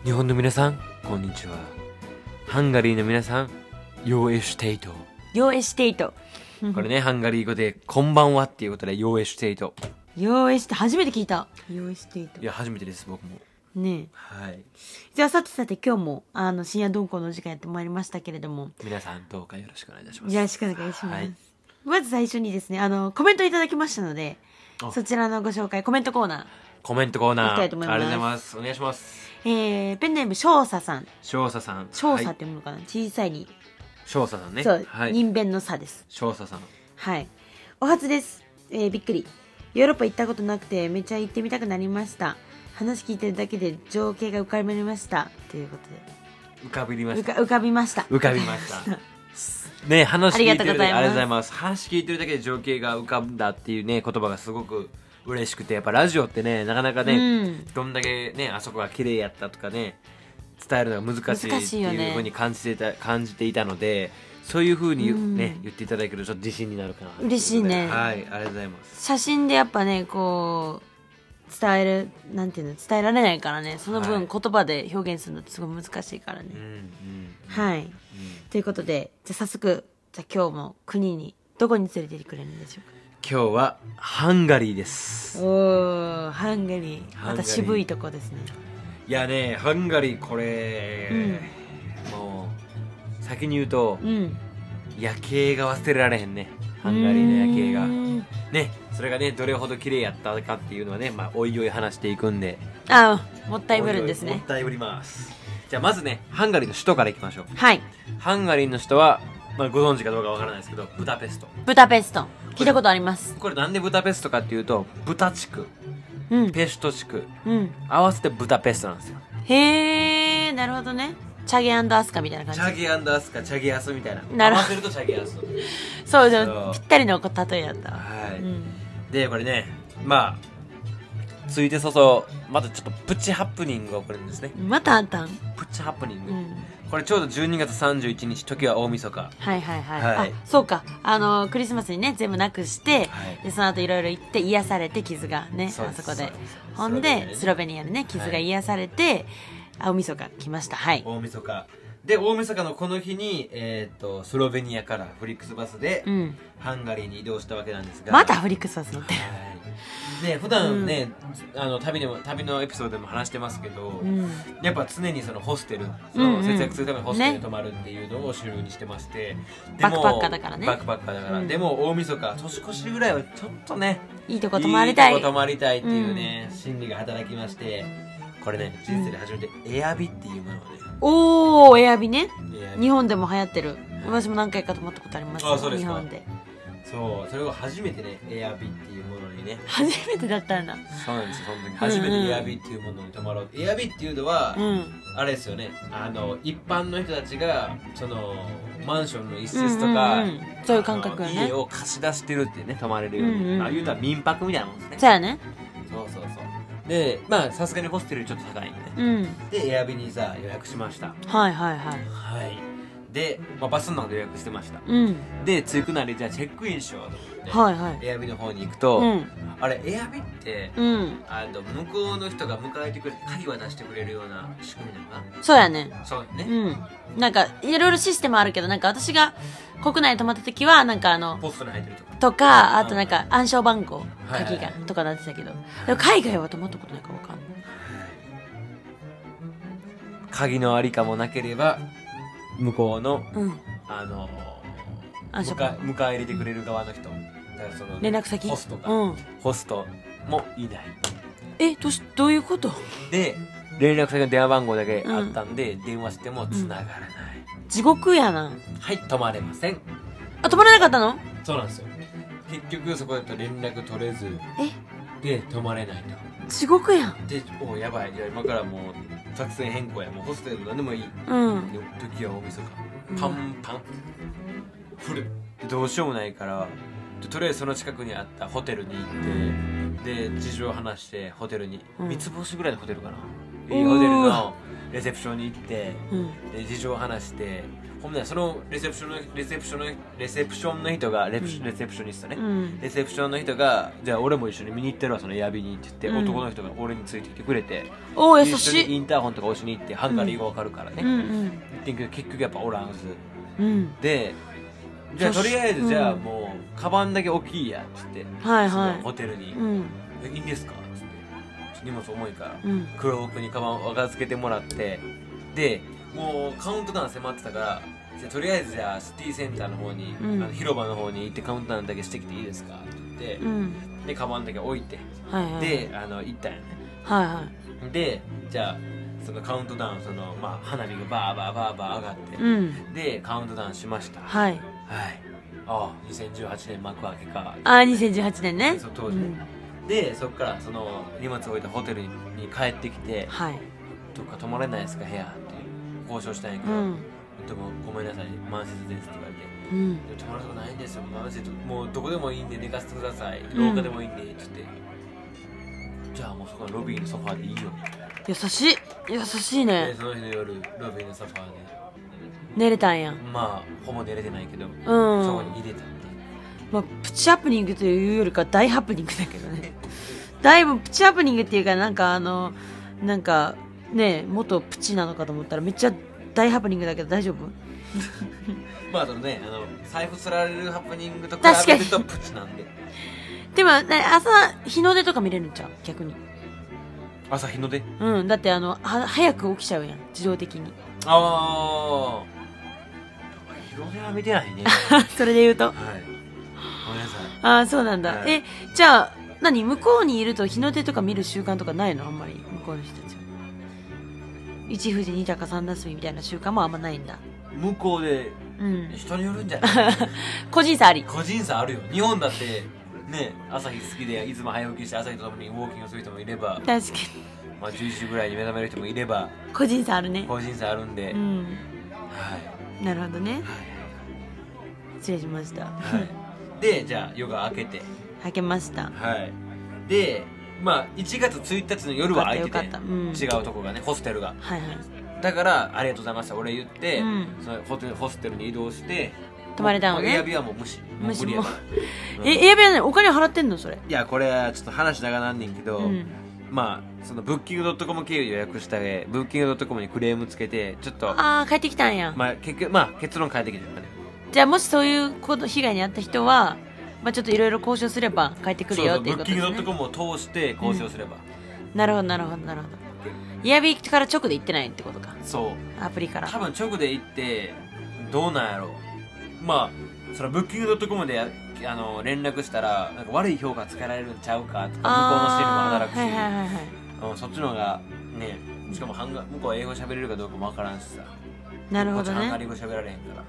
日本の皆さん、こんにちは。ハンガリーの皆さん、ヨーエシュテイト。 ヨーエシュテイト。 これね、ハンガリー語で、こんばんはっていうことで、ヨーエシュテイト。 ヨーエシュテイト、初めて聞いた。ヨーエシュテイト。 いや、初めてです、僕も。 ねえ。 はい。 じゃあさて今日も深夜鈍行のお時間やってまいりましたけれども、 皆さんどうかよろしくお願いいたします。 よろしくお願いします。 はい、 まず最初にですね、コメントいただきましたので、そちらのご紹介、コメントコーナー。 コメントコーナー。 いきたいと思います。 ありがとうございます。お願いします。 ペンネーム少佐さん。 少佐さん。 少佐っていうのかな、小さいに。 少佐さんね。 そう、 はい、 人弁の差です。 少佐さん。 はい。お初です。びっくり。ヨーロッパ行ったことなくてめっちゃ行ってみたくなりました。話聞いてるだけで情景が浮かびましたということで。 浮かびました。 浮かびました。 浮かびました。ね、話聞いてるだけで、 ありがとうございます。 話聞いてるだけで情景が浮かんだっていうね、言葉がすごく嬉しくて、やっぱラジオってね、なかなかね、どんだけね、あそこが綺麗やったとかね、伝えるのが難しいっていうふうに感じていたので、そういうふうにね、言っていただけるとちょっと自信になるかな。 嬉しいね。 はい、ありがとうございます。 写真でやっぱね、こう伝えられないからね、その分言葉で表現するのってすごい難しいからね。はい、ということで、じゃあ早速、今日も国にどこに連れて行ってくれるんでしょうか。 今日はハンガリーです。 おー、ハンガリー、また渋いとこですね。 いやね、ハンガリーこれ、もう先に言うと、夜景が忘れられへんね。ハンガリーの夜景がね、それがね、どれほど綺麗やったかっていうのはね、まあおいおい話していくんで。 もったいぶるんですね。 もったいぶります。じゃあまずね、ハンガリーの首都からいきましょう。 はい。 ハンガリーの首都は、まあ、ご存知かどうかわからないですけど、ブダペスト。 ブダペスト、聞いたことあります。 これなんでブダペストかっていうと、ブタ地区、ペシュト地区、合わせてブダペストなんですよ。 へー、なるほどね。チャゲ&アスカみたいな感じ。 チャゲ&アスカ、チャゲアスみたいな。合わせるとチャゲアス。 そう、でもぴったりの例えやった。 はい。で、これね、まあ、ついてそそ、またちょっとプチハプニングが起こるんですね。 またあったん？ プチハプニング。これちょうど12月31日、時は大晦日。 はいはいはい。あ、そうか。クリスマスにね、全部なくして、で、その後いろいろ行って癒されて、傷がね、あそこで。ほんで、スロベニアでね、傷が癒されて、大晦日来ました。はい。 大晦日。で、大晦日のこの日に、スロベニアからフリックスバスで、ハンガリーに移動したわけなんですが。 またフリックスバス乗って。 ね、普段ね、旅のエピソードでも話してますけど、やっぱ常にそのホステル、節約するためにホステルに泊まるっていうのを主流にしてまして、 バックパッカーだからね。 バックパッカーだから。でも大晦日、年越しぐらいはちょっとね、 いいとこ泊まりたい。 いいとこ泊まりたいっていうね、心理が働きまして、これね、人生で初めてエアビっていうものをね。 おー、エアビね。日本でも流行ってる。私も何回か泊まったことあります。 あ、そうですか。 日本で。 そう、それを初めてね、エアビっていうものにね。 初めてだったんだ。 そうなんですよ、その時。初めてエアビっていうものに泊まろう。エアビっていうのは、あれですよね、一般の人たちが、その、マンションの一室とか、 そういう感覚ね。 家を貸し出してるってね、泊まれるように。まあ、言うたら民泊みたいなもんですね。 そうやね。 そうそうそう。で、まあ、さすがにホステルちょっと高いんでね。で、エアビにさ、予約しました。 はいはいはい。 はい。で、まあ、バスの中で予約してました。で、着くなり、じゃあチェックインしようと思って、エアビの方に行くと、あれ、エアビって、向こうの人が迎えてくれて、鍵渡してくれるような仕組みなのかな。 そうやね。 そうね。 なんか、いろいろシステムあるけど、なんか私が国内に泊まった時は、なんかポストに入ってるとか。 とか、あとなんか暗証番号、鍵が、とかなってたけど、でも海外は泊まったことないかわかんない。 鍵のありかもなければ、向こうの、迎え入れてくれる側の人、その連絡先ホストか、ホストもいない。 どういうことで、連絡先の電話番号だけあったんで、電話しても繋がらない。 地獄やな。 はい、泊まれません。 あ、泊まれなかったの？ そうなんですよ。結局そこだと連絡取れず、で、泊まれないと。 地獄やん。 で、やばい。じゃあ今からもう作戦変更や。もうホステル何でもいい。時は大晦日。パンパン。フル。で、どうしようもないから、とりあえずその近くにあったホテルに行って、で、事情を話してホテルに、三つ星ぐらいのホテルかな。いいホテルのレセプションに行って、で事情を話して、ほんでそのレセプションの人がレセプショニストね、レセプションの人がじゃあ俺も一緒に見に行ってるわそのエアビにって言って、男の人が俺についてきてくれて、 お優しい。 一緒にインターホンとか押しに行ってハンガリー語わかるからね、行ってんけど結局やっぱおらんず、でじゃあとりあえずじゃあもうカバンだけ大きいやっつって、ホテルに、いいんですかっつって荷物重いから、黒奥にカバンを預けてもらって、でもうカウントダウン迫ってたから、じゃあとりあえずじゃあシティセンターの方に、広場の方に行ってカウントダウンだけしてきていいですかって言って、でカバンだけ置いて、で行ったんやね、でじゃあそのカウントダウン花火がバーバーバーバー上がって、でカウントダウンしました。ああ2018年幕開けか。 2018年ね。 そう当時、でそっからその荷物置いたホテルに帰ってきて、どっか泊まれないですか部屋って交渉したんやけど、でもごめんなさい満室ですって言われて、泊まるとこないんですよ、もうどこでもいいんで寝かせてください、廊下でもいいんでって言って、じゃあもうそこのロビーのソファーでいいよ。 優しいね。 でその日の夜ロビーのソファーで寝れたんや。 ほぼ寝れてないけど、そこに入れたって。 プチハプニングというよりか大ハプニングだけどね。だいぶプチハプニングっていうかなんかね元プチなのかと思ったらめっちゃ大ハプニングだけど大丈夫？ 財布すられるハプニングと比べるとプチなんで。 でも朝日の出とか見れるんちゃう逆に。 朝日の出？ だって早く起きちゃうやん自動的に。 日の出は見てないね。 それで言うと。 ごめんなさい。 そうなんだ。じゃあ向こうにいると日の出とか見る習慣とかないの？あんまり向こうの人たちは。一富士二鷹三田隅みたいな習慣もあんまないんだ。 向こうで、人によるんじゃない？ 個人差あり。 個人差あるよ。日本だってね、朝日好きでいつも早起きして朝日とともにウォーキングする人もいれば、 確かに 11時ぐらいに目覚める人もいれば、 個人差あるね。 個人差あるんで、 なるほどね。失礼しました。 でじゃあ夜が明けました。 で1月1日の夜は空いてて、違うとこがね、ホステルが、だからありがとうございました俺言って、そのホステルに移動して泊まれたのね。 エアビはもう無視もエアビはねお金払ってんのそれ？ いやこれはちょっと話長なんねんけど、そのブッキングドットコム経由で予約したブッキングドットコムにクレームつけてちょっと帰ってきたんや。 結論返ってきてるね。 じゃあもしそういう被害に遭った人はちょっといろいろ交渉すれば帰ってくるよっていうことですね。 ブッキングドットコムを通して交渉すれば、 なるほどエアビーから直で行ってないってことか。 そうアプリから多分直で行ってどうなんやろう。そのブッキングドットコムで連絡したらなんか悪い評価つけられるんちゃうかとか向こうの人にも働くし、そっちの方がね、しかも向こうは英語喋れるかどうかもわからんしさ。 なるほどね。 こっちハンガリー語喋られへんから。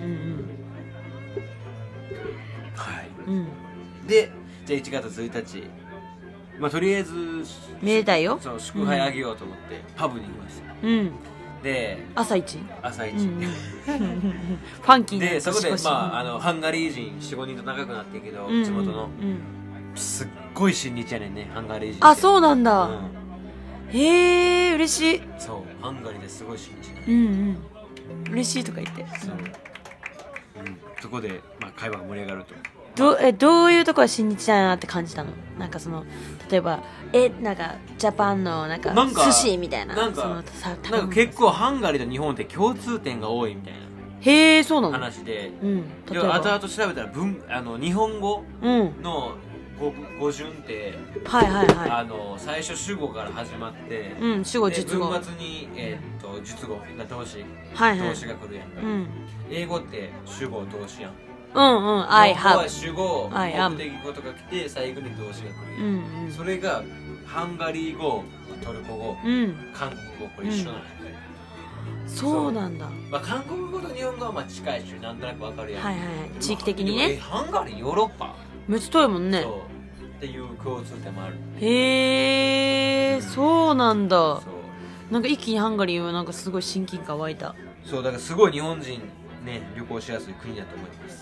でじゃあ1月1日とりあえずめでたいよ。 そう祝杯あげようと思ってパブに行きました。で朝一ファンキーでそこでハンガリー人 4,5 人と仲良くなってんけど、地元のすっごい親日やねんねハンガリー人。 そうなんだ。へえ嬉しい。 そうハンガリーですごい親日嬉しいとか言って。 そこで会話が盛り上がると。 どういうとこが親日だなって感じたの？なんかその例えばなんかジャパンのなんか寿司みたいな、 なんか結構ハンガリーと日本って共通点が多いみたいな。 へえそうなの？ 話で、後々調べたら日本語の語順って最初主語から始まって主語述語文末に述語動詞が来るやんか。英語って主語動詞やん。 I have は主語目的語とか来て最後に動詞が来るやん。それがハンガリー語、トルコ語、韓国語これ一緒なんや。 そうなんだ。 韓国語と日本語は近いしなんとなくわかるやん。 地域的にね。 ハンガリーヨーロッパめっちゃ遠いもんね。 そうっていう共通点もある。 へえそうなんだ。なんか一気にハンガリーはなんかすごい親近感湧いた。 そうだからすごい日本人ね旅行しやすい国だと思います。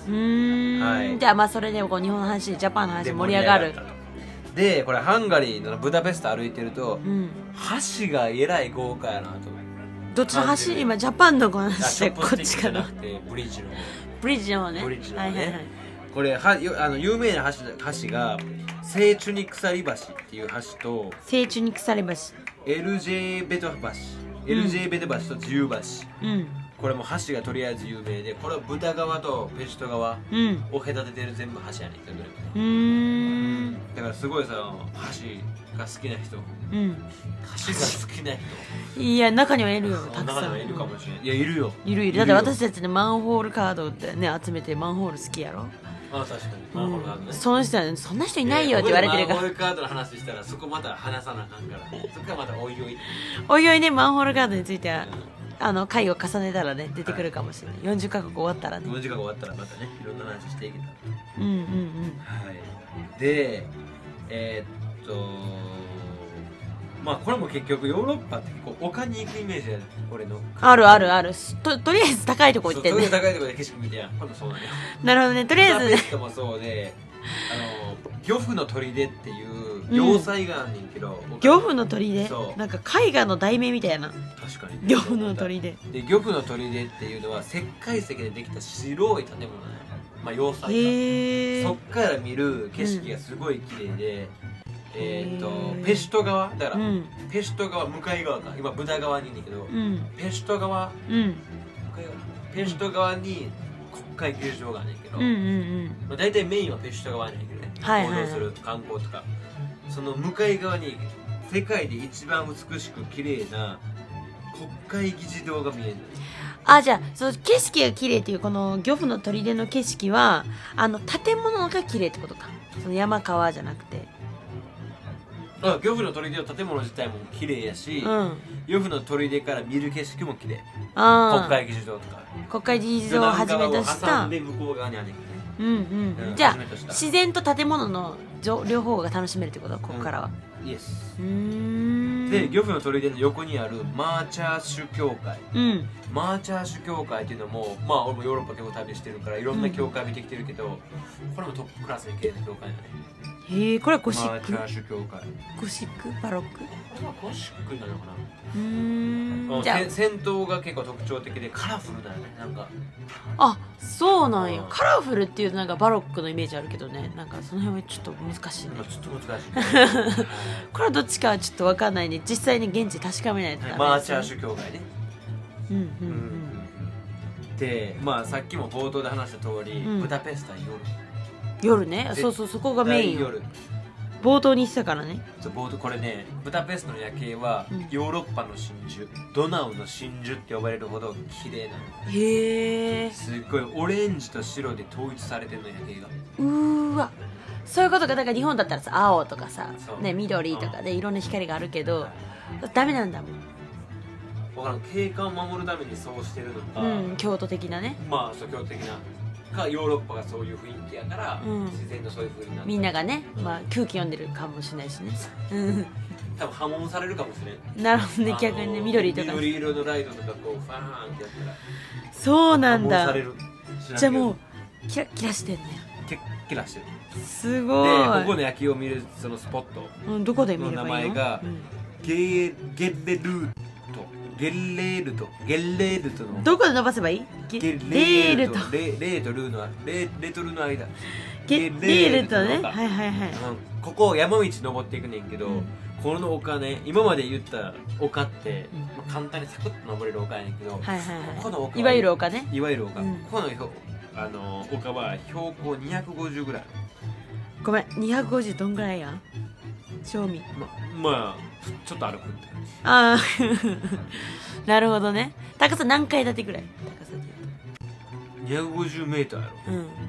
じゃあそれで日本の話ジャパンの話盛り上がる。 でこれハンガリーのブダペスト歩いてると、橋がえらい豪華やなと。 どっちの橋？今ジャパンの話してこっちかな。 ブリッジの方。 ブリッジの方ね。 ブリッジの方ね。 はいはいはい。 これ有名な橋が聖チュニ鎖橋っていう橋と聖チュニ鎖橋、 LJ ベト橋、LJ ベト橋と自由橋。これも橋がとりあえず有名で、これはブタ川とペスト川を隔ててる全部橋やねんけど、だからすごいさ、橋が好きな人、橋が好きな人、 いや中にはいるよ、たくさん。 中にはいるかもしれない。いや、いるよ。 いる。だって私たちでマンホールカードってね集めて、マンホール好きやろ。 確かにマンホールカードね。 その人はそんな人いないよって言われてるから。 マンホールカードの話したらそこまた話さなあかんから、そこはまたおいおい。 おいおいね、マンホールカードについては回を重ねたらね出てくるかもしれない。40カ国終わったらね。 40カ国終わったらまたね、いろんな話していけたら。はい。で、まあこれも結局ヨーロッパって結構丘に行くイメージだね、俺の。 ある。とりあえず高いとこ行ってんね。 とりあえず高いとこで景色見てや。これもそうなんよ。 なるほどね。とりあえずブダペストもそうで、漁夫の砦っていう要塞があんねんけど、 漁夫の砦、なんか絵画の題名みたいな。 確かに漁夫の砦で、漁夫の砦っていうのは石灰石でできた白い建物なのよ。まあ要塞が。そっから見る景色がすごい綺麗で、ペシュト川だから、ペシュト川向かい側か、今ブダ川にいんだけど、ペシュト川、ペシュト川に国会球場があんねんけど、まあ大体メインはペシュト川にあんねんけどね、行動する観光とか、その向かい側に世界で一番美しく綺麗な国会議事堂が見えるの。 じゃあその景色が綺麗っていうこの漁夫の砦の景色は建物が綺麗ってことか。その山川じゃなくて。 漁夫の砦の建物自体も綺麗やし、漁夫の砦から見る景色も綺麗。国会議事堂とか。 国会議事堂をはじめとした。 で向こう側にあるねん。じゃあ自然と建物の両方が楽しめるってこと、ここからは。 イエス。で、漁夫の砦の横にあるマーチャーシュ教会。マーチャーシュ教会っていうのも、まあ俺もヨーロッパ結構旅してるからいろんな教会見てきてるけど、これもトップクラスに綺麗な教会だね。 へえ、これはゴシック。 マーチャーシュ教会。 ゴシック？バロック？ これはゴシックなのかな。じゃあ先頭が結構特徴的でカラフルだよね、なんか。 そうなんや。カラフルっていうとなんかバロックのイメージあるけどね、なんかその辺はちょっと難しいね。 ちょっと難しい。 これはどっちかはちょっと分かんないね。実際に現地確かめないとダメですね。 マーチャーシュ教会ね。で、まあさっきも冒頭で話した通り、ブダペストは夜ね。そう、そこがメイン。 夜。 冒頭に言ってたからね。 これね、ブダペストの夜景はヨーロッパの真珠、ドナウの真珠って呼ばれるほど綺麗なの。 へえ。 すっごいオレンジと白で統一されてるの、夜景が。 わ、そういうことか。だから日本だったらさ、青とかさ、ね、緑とかでいろんな光があるけど、ダメなんだもん。 景観を守るためにそうしてるのか、 京都的なね。 まあ、京都的なか、ヨーロッパがそういう雰囲気やから、自然とそういう風になって、 みんながね、まあ空気読んでるかもしれないしね。 多分破門されるかもしれん。 なるほどね。逆にね、緑とか緑色のライトとかこうファーンってやったらそうなんだ。 破門される。 じゃあもうキラキラしてんね。 キラしてる。 すごい。 で、ここの夜景を見るそのスポット、 どこで見ればいいの？ 名前がゲッレールトのどこで伸ばせばいい？ レールとルーのレとルの間。 レールとね。はい。 ここ山道登っていくねんけど、この丘ね、今まで言った丘って簡単にサクッと登れる丘やねんけど、この丘、 いわゆる丘ね。 いわゆる丘。この丘は標高250ぐらい。 ごめん、250どんぐらいやん？賞味。 まあちょっと歩くって感じ。 なるほどね。高さ何階建てぐらい？高さで言うと250メートルやろ。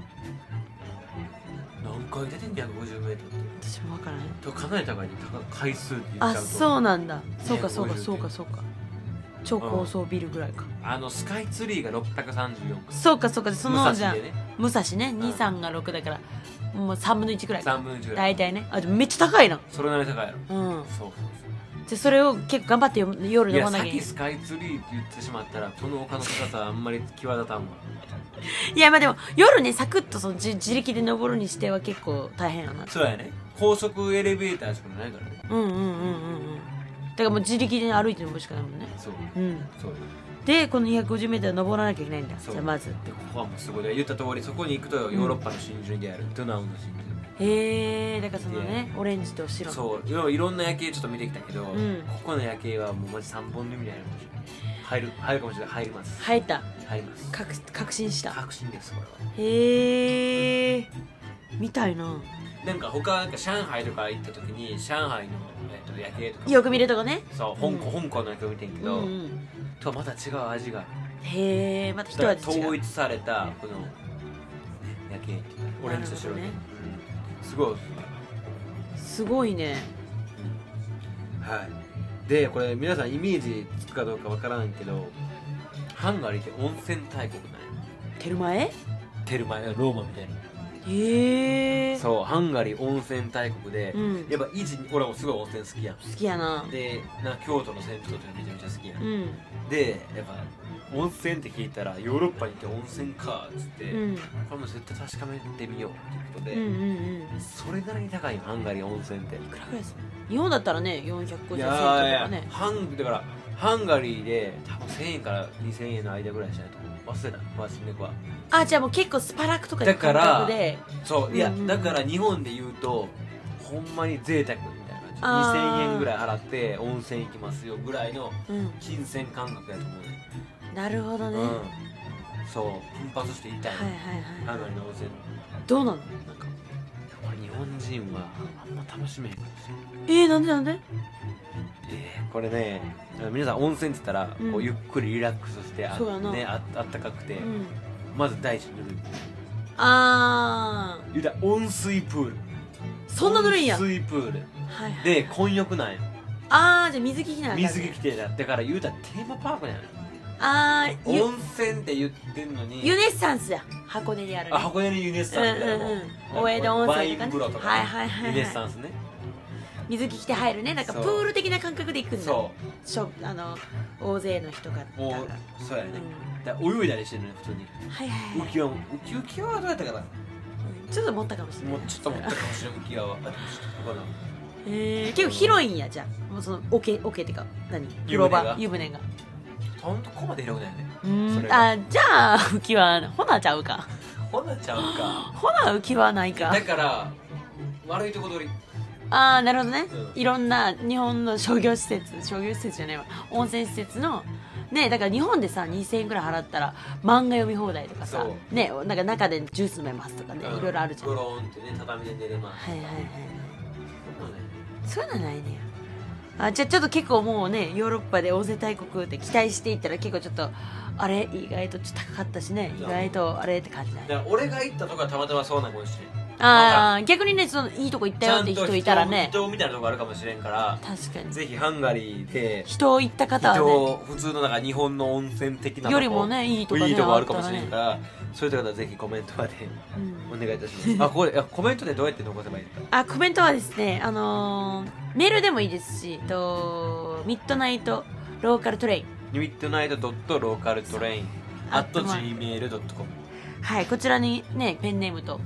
何階建て250メートルって。 私も分からない。 かなり高いね。回数って言っちゃうと。 そうなんだ。そうか。超高層ビルぐらいか。 スカイツリーが634か。 そうか。そのじゃ武蔵ね。23が6だからもう3分の1ぐらいか。 3分の1ぐらい。 大体ね。でもめっちゃ高いな。 それなりに高いやろ。そう。 じゃそれを結構頑張って夜登らなきゃいけない。 さっきスカイツリーって言ってしまったらこの丘の高さはあんまり際立たんわ。 いや、まあでも夜ねサクッとその自力で登るにしては結構大変やな。 そうやね。高速エレベーターしかないからね。 からもう自力で歩いて登るしかないもんね。 そう、そうでこの 250m 登らなきゃいけないんだ。じゃあまずでここはもうすごい言った通り、そこに行くとヨーロッパの真珠であるドナウの真珠。 へえ、だからそのねオレンジと白の。 そういろんな夜景ちょっと見てきたけど、ここの夜景はもうマジ3本の指にあるかもしれない。入るかもしれない。入ります。 入ります。確信した。 確信ですこれは。 へえ、みたいな。 なんか他なんか上海とか行った時に上海の、夜景とかよく見るとこね。 そう香港の夜景を見てんけど、とはまた違う味が。 へえ、また一味違う。 統一されたこの夜景、オレンジと白ね。すごいね。はい。でこれ皆さんイメージつくかどうかわからないけど、ハンガリーって温泉大国なんや。 テルマエローマみたいな。 へえ。 そうハンガリー温泉大国で、やっぱ俺もすごい温泉好きやん。 好きやな。 で京都の銭湯とかめちゃめちゃ好きやん。でやっぱ温泉って聞いたらヨーロッパに行って温泉かっつって、これも絶対確かめてみようっていうことで、それなりに高いよハンガリー温泉って。いくらぐらいですか？日本だったらね450円とかね。だからハンガリーで多分1000円から2000円の間ぐらいしないと思う。忘れたマジ猫は。 じゃあもう結構スパラクとかで感覚で。 そういや、だから日本で言うとほんまに贅沢みたいな感じ。2000円ぐらい払って温泉行きますよぐらいの金銭感覚やと思うね。 なるほどね。 そう奮発していったいの。ハンガリーの温泉どうなの？なんか日本人はあんま楽しめへんかもしれない。 なんで？ これね、皆さん温泉って言ったら、こうゆっくりリラックスしてあったかくて、まず第一に塗る。言うたら温水プール。 そんなぬるいんや。 温水プールで混浴なんや。 じゃあ水着着ない。 水着着てだから言うたらテーマパークなんや。温泉って言ってんのにユネッサンスだ。箱根にあるね。 箱根にユネッサンスみたいな。 大江戸温泉とかね。 ワイン風呂とかユネッサンスね。 水着着て入るね。なんかプール的な感覚で行くんだ。大勢の人が。 そうやね。泳いだりしてるね普通に。浮き輪はどうやったかな。 ちょっと持ったかもしれない。 ちょっと持ったかもしれない。浮き輪は結構広いんや。じゃあもうその桶ってか何湯船がほんとここまで広くないよね。じゃあ浮き輪ほなちゃうか。 ほな浮き輪ないか。 だから悪いとこ取り。 なるほどね。いろんな日本の商業施設じゃないわ、温泉施設のね。だから日本でさ2000円くらい払ったら漫画読み放題とかさね、なんか中でジュース飲めますとかね、いろいろあるじゃん。 ゴロンってね畳で寝れます。 そういうのないねや。じゃあちょっと結構もうねヨーロッパで温泉大国って期待していったら結構ちょっとあれ意外とちょっと高かったしね、意外とあれって感じだね。 俺が行ったとこはたまたまそうなかもしれん。 逆にねそのいいとこ行ったよって人いたらね、 人みたいなとこあるかもしれんから、 確かにぜひハンガリーで人行った方はね、 普通のなんか日本の温泉的なとこよりもねいいとこあるかもしれんから、そういう方はぜひコメントまでお願いいたします。これコメントでどうやって残せばいいですか？ コメントはですね、メールでもいいですし、ミッドナイトローカルトレインミッドナイト.localtrain @gmail.com、 はい、こちらにねペンネームと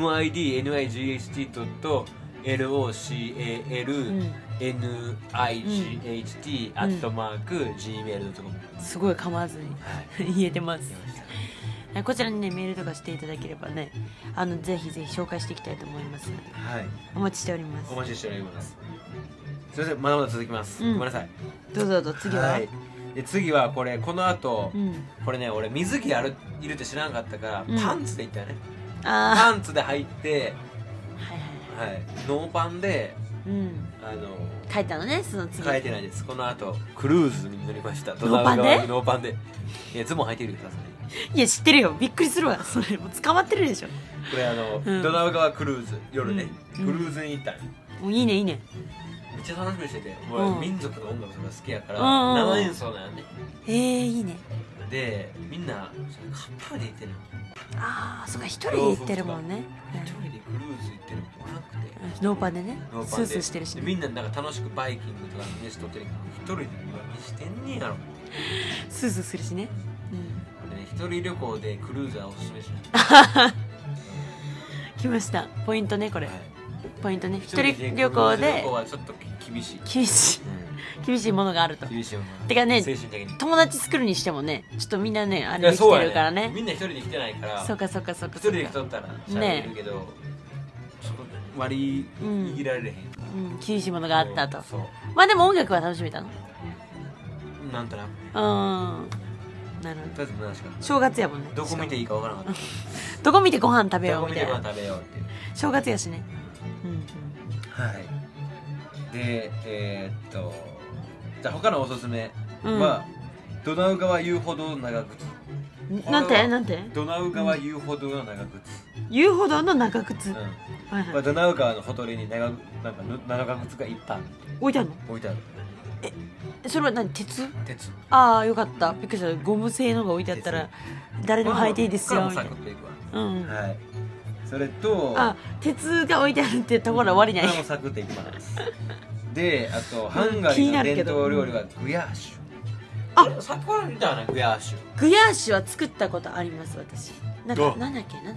midnight.gmaht@gmail.com すごい噛まずに言えてます。こちらにねメールとかしていただければね、ぜひぜひ紹介していきたいと思いますので、お待ちしております。 お待ちしております。すいません、まだまだ続きます。ごめんなさい。 どうぞ次は。 で次はこの後、これね俺水着いるって知らなかったから、パンツで行ったよね。パンツで入ってノーパンで書いたのね。その次書いてないです。この後クルーズに乗りました。 ノーパンでノーパンで。いやズボン履いてるよさすがに。 いや知ってるよ、びっくりするわそれ。もう捕まってるでしょ。 これドナウ川クルーズ夜ね、クルーズに行ったん。 いいねいいね。 めっちゃ楽しみにしてて、民族の音楽とか好きやから生演奏なんやね。 いいね。 でみんなカッパで行ってるの。 そうか、一人で行ってるもんね。 一人でクルーズ行ってるのもなくて、 ノーパンでね、スースーしてるしね。 みんななんか楽しくバイキングとか飯とってるけど、一人で何してんねんやろ。 スースーするしね。 これね、一人旅行でクルーズはおすすめしない。 来ましたポイントね、これ。ポイントね。一人旅行ではちょっと厳しい。 厳しいものがあると。 厳しいものてかね、 精神的に友達作るにしてもね、ちょっとみんなね、あれで来てるからね。 みんな一人で来てないから。 そうかそうかそうか。 一人で来とったら喋れるけど、そこ割り握られへん。 厳しいものがあったと。まあでも音楽は楽しめたの？ なんとなく。 なるほど。 とりあえず虚しかった。 正月やもんね。 どこ見ていいかわからなかった。 どこ見てご飯食べようみたいな。 どこ見てご飯食べようっていう。 正月やしね。 はい。で、じゃあ他のおすすめは、ドナウ川遊歩道長靴。 なんてドナウ川遊歩道の長靴。 遊歩道の長靴。 ドナウ川のほとりに長靴がいっぱい置いてあるの？ 置いてある。 それは何？鉄？ ああ、よかった。びっくりした。ゴム製のが置いてあったら誰でも履いていいですよみたいな。 はい。それと、 鉄が置いてあるっていうところは終わりない。 これもサクっていきます。で、あとハンガリーの伝統料理はグヤーシュ。さっきから見たよね、グヤーシュ。 グヤーシュは作ったことあります私。なんだっけトマ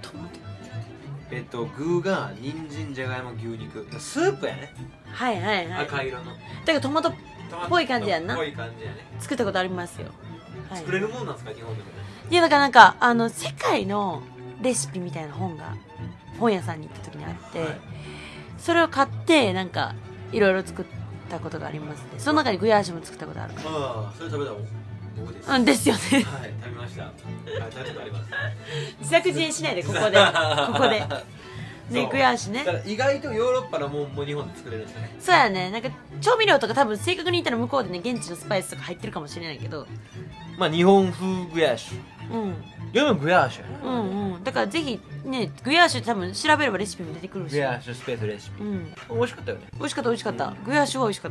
ト。具が人参、じゃがいも、牛肉、スープやね。赤色の。 だからトマトっぽい感じやんな。 ぽい感じやね。 作ったことありますよ。 作れるもんなんですか、日本でも。 いやだからなんか世界のレシピみたいな本が本屋さんに行った時にあって、それを買ってなんかいろいろ作ったことがありますね。その中にグヤーシュも作ったことあるから。 それ食べたもん僕です。 ですよね。 はい、食べました。食べたことあります。 自作自演しないでここでね、グヤーシュね。 意外とヨーロッパのもんも日本で作れるんですよね。 そうやね。なんか調味料とか多分正確に言ったら向こうでね現地のスパイスとか入ってるかもしれないけど、 まあ日本風グヤーシュ。でもグヤーシュ。だからぜひね、グヤーシュ多分調べればレシピも出てくるし。 グヤーシュスペースレシピ。美味しかったよね。 美味しかった。グヤーシュは美味しかった。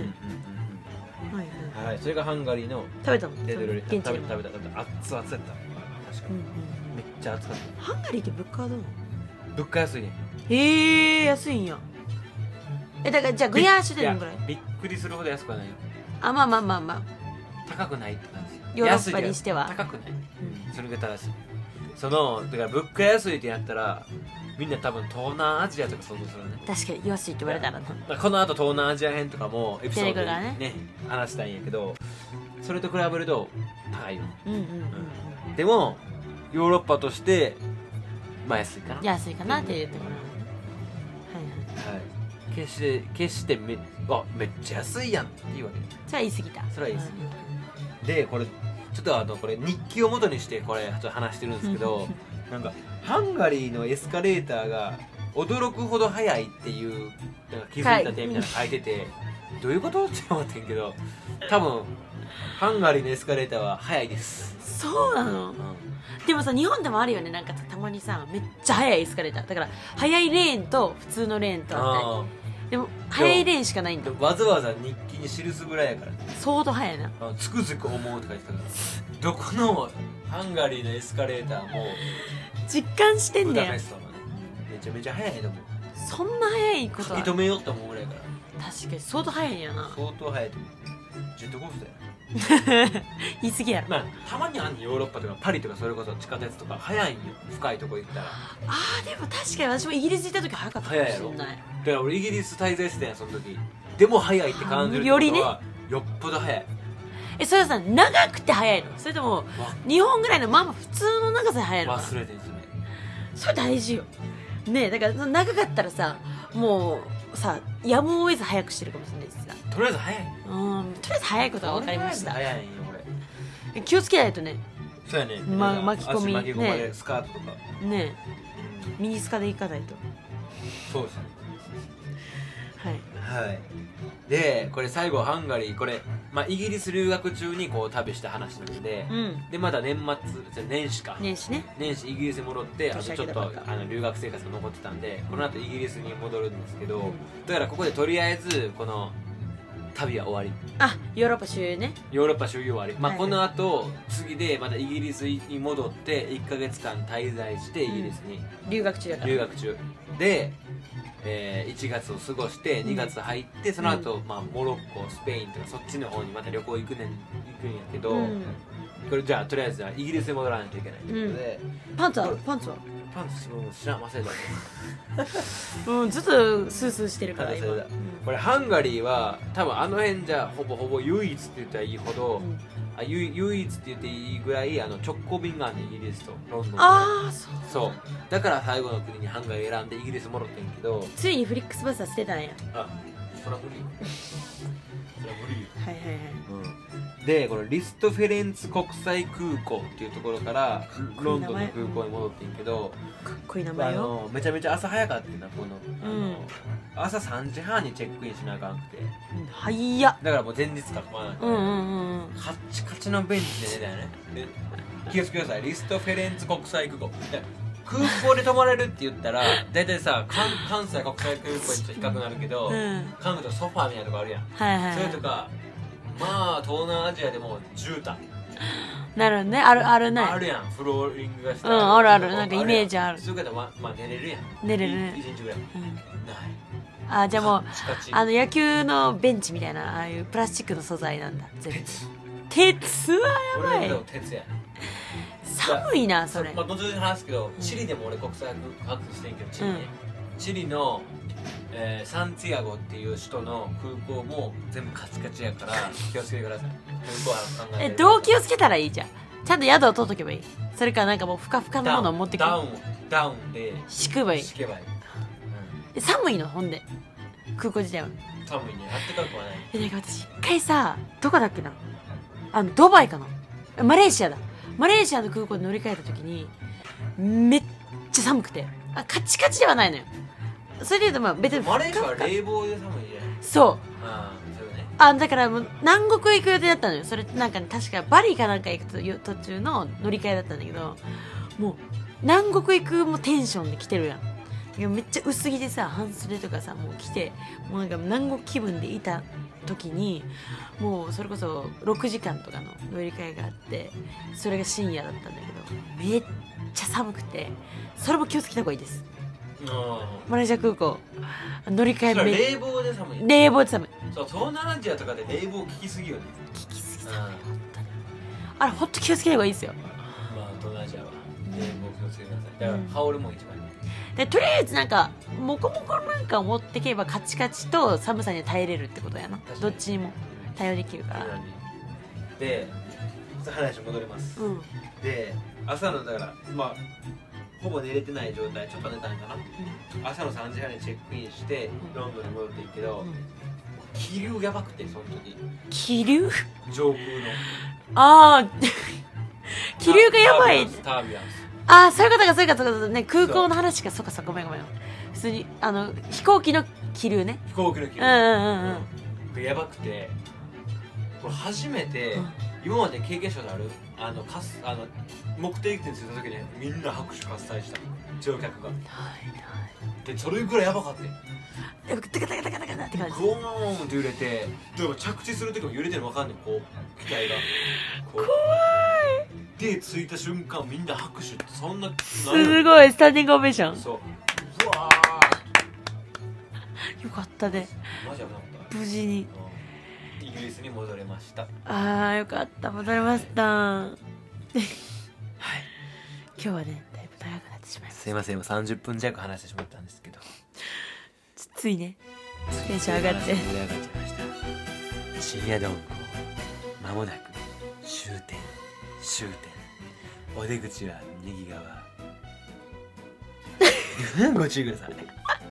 はい、それがハンガリーの食べたの？ 現地で食べた。熱々やった。確かに。めっちゃ熱かった。 ハンガリーって物価はどうなの？ 物価安いね。 安いんや。だからじゃあグヤーシュでどのぐらい？ びっくりするほど安くはないよ。 まあ高くないって感じ。 ヨーロッパにしては高くない。それが正しい。だから物価安いってなったらみんな多分東南アジアとか想像するね。 確かに安いって言われたらな。 この後東南アジア編とかもエピソードでね話したいんやけど、それと比べると高いよ。でもヨーロッパとしてまあ安いかなっていうところ。 決してめっちゃ安いやんっていうわけ。 それは言い過ぎた。 それは言い過ぎた。でこれちょっとこれ日記を元にしてこれちょっと話してるんですけどなんかハンガリーのエスカレーターが驚くほど速いっていうなんか気づいた点みたいなの書いててどういうことって思ってんけど、多分ハンガリーのエスカレーターは速いです。 そうなの？でもさ日本でもあるよね。なんかたまにさめっちゃ速いエスカレーターだから速いレーンと普通のレーンとあったり。でも速いレーンしかないんだ。 わざわざ日記に記すぐらいやから相当速いな。 つくづく思うって書いてたからどこのハンガリーのエスカレーターも実感してんねや。 めちゃめちゃ速いと思う。 そんな速いことは書き留めようって思うぐらいから。 確かに相当速いんやな。 相当速いと思う。ジェットコースターや言い過ぎやろ。 たまにあんのヨーロッパとかパリとかそれこそ地下鉄とか速いんよ。深いとこ行ったらでも確かに私もイギリス行った時速かったかもしれない。 だから俺イギリス滞在してたんやその時。でも速いって感じるってことはよっぽど速い。 それはさ長くて速いの？それとも日本ぐらいのまあまあ普通の長さで速いのかな？ 忘れてんそれ大事よね。だから長かったらさもうさやむを得ず速くしてるかもしれないしさ。 とりあえず速い。 とりあえず速いことは分かりました。 速いんよ俺。 気をつけないとね。 そうやね。 巻き込みね。スカートとかねミニスカで行かないと。 そうですね。はい。でこれ最後ハンガリーこれイギリス留学中にこう旅した話なので、でまだ年始イギリスに戻ってちょっと留学生活が残ってたんでこの後イギリスに戻るんですけど、だからここでとりあえずこの旅は終わり。 ヨーロッパ周遊ね。 ヨーロッパ周遊終わり。この後次でまたイギリスに戻って1ヶ月間滞在してイギリスに留学中だから。 留学中で1月を過ごして2月入ってその後モロッコスペインとかそっちの方にまた旅行行くんやけど、これじゃあとりあえずはイギリスに戻らないといけないということで、 パンツはパンツ知らん忘れたうん、ずっとスースーしてるから今、 これハンガリーは多分あの辺じゃほぼほぼ唯一って言ったらいいほど、唯一って言っていいぐらい直行便があるね、イギリスとロンドン。 ああ、 そうだから最後の国にハンガリー選んでイギリス戻ってんけど、 ついにフリックスバスは捨てたんや。 あ、そら無理そら無理よ。 はいはいはい、 でこのリストフェレンツ国際空港っていうところからロンドンの空港に戻ってんけど、 かっこいい名前よ。 めちゃめちゃ朝早かったんだ。朝3時半にチェックインしなあかんくて、 早っ。 だからもう前日から来ない、カッチカチのベンチで寝たよね。で気をつけてください、リストフェレンツ国際空港空港で泊まれるって言ったら大体さ、関西国際空港にちょっと比較になるけど、韓国とソファーみたいなとこあるやん、それとかまあ東南アジアでも絨毯なるね、あるね、 あるやん、フローリングがしてあるある、なんかイメージある。 そういう方まあ寝れるやん、 寝れるね、 1日ぐらい、 ない。じゃあもう野球のベンチみたいな、ああいうプラスチックの素材なんだ。鉄はやばい。 鉄や。 寒いなそれ。 後々話すけど、チリでも俺国際空港してんけど、チリのサンティアゴっていう首都の空港も全部カチカチやから気をつけてください。空港は考えてどう気をつけたらいいじゃん。ちゃんと宿を取っとけばいい。それからなんかもうふかふかのものを持ってくる。 ダウンで敷けばいい。寒いのほんで空港自体は寒いね、あったかくはない。 なんか私一回さ、どこだっけな、ドバイかな、マレーシアだ。マレーシアの空港に乗り換えた時にめっちゃ寒くて、カチカチではないのよ。それでいうと別にマレーシアは冷房で寒いじゃん。 そうそうね。 だからもう南国行く予定だったのよ。それなんか、確かバリかなんか行く途中の乗り換えだったんだけど、もう南国行くもテンションで来てるやん。めっちゃ薄着でさ、半袖とかさもう着て、もうなんか南国気分でいた時に、もうそれこそ6時間とかの乗り換えがあって、それが深夜だったんだけど、めっちゃ寒くて、それも気をつけた方がいいです。マレーシア空港乗り換え冷房で寒い。 冷房で寒い。 そう、東南アジアとかで冷房効きすぎよね。 効きすぎ寒い、本当に。あれ本当気をつけた方がいいですよ。 まあ東南アジアは冷房気をつけてください。だから羽織も一番いい。 でとりあえずなんかモコモコなんかを持ってけばカチカチと寒さに耐えれるってことやな。どっちにも対応できるから。 で話戻ります、で朝のだからほぼ寝れてない状態、ちょっと寝たんかな、朝の3時半にチェックインしてロンドンに戻っていくけど、気流やばくて、その時気流上空の気流がやばい。 タービュランス。 そういうことか、そういうことね。空港の話か。そうか、ごめん。普通に飛行機の気流ね。 飛行機の気流やばくて、これ初めて今まで経験したことある、目的地に着いた時にみんな拍手喝采した乗客が。でそれぐらいやばかったよ。 ガタガタガタガタガタって感じ。 ゴーンって揺れて、でも着地する時も揺れてるの分かんない、こう機体が怖い。 で着いた瞬間みんな拍手って、そんなすごいスタンディングオベーション。 そう、うわよかったね、 マジ危なかった。 無事にイギリスに戻れました。 よかった、戻れましたはい、今日はねだいぶ長くなってしまいました。 すいません、30分弱話してしまったんですけど、 ついねテンション上がって盛り上がっちゃいました。深夜ドンコまもなく終点。お出口は右側ご注意ください。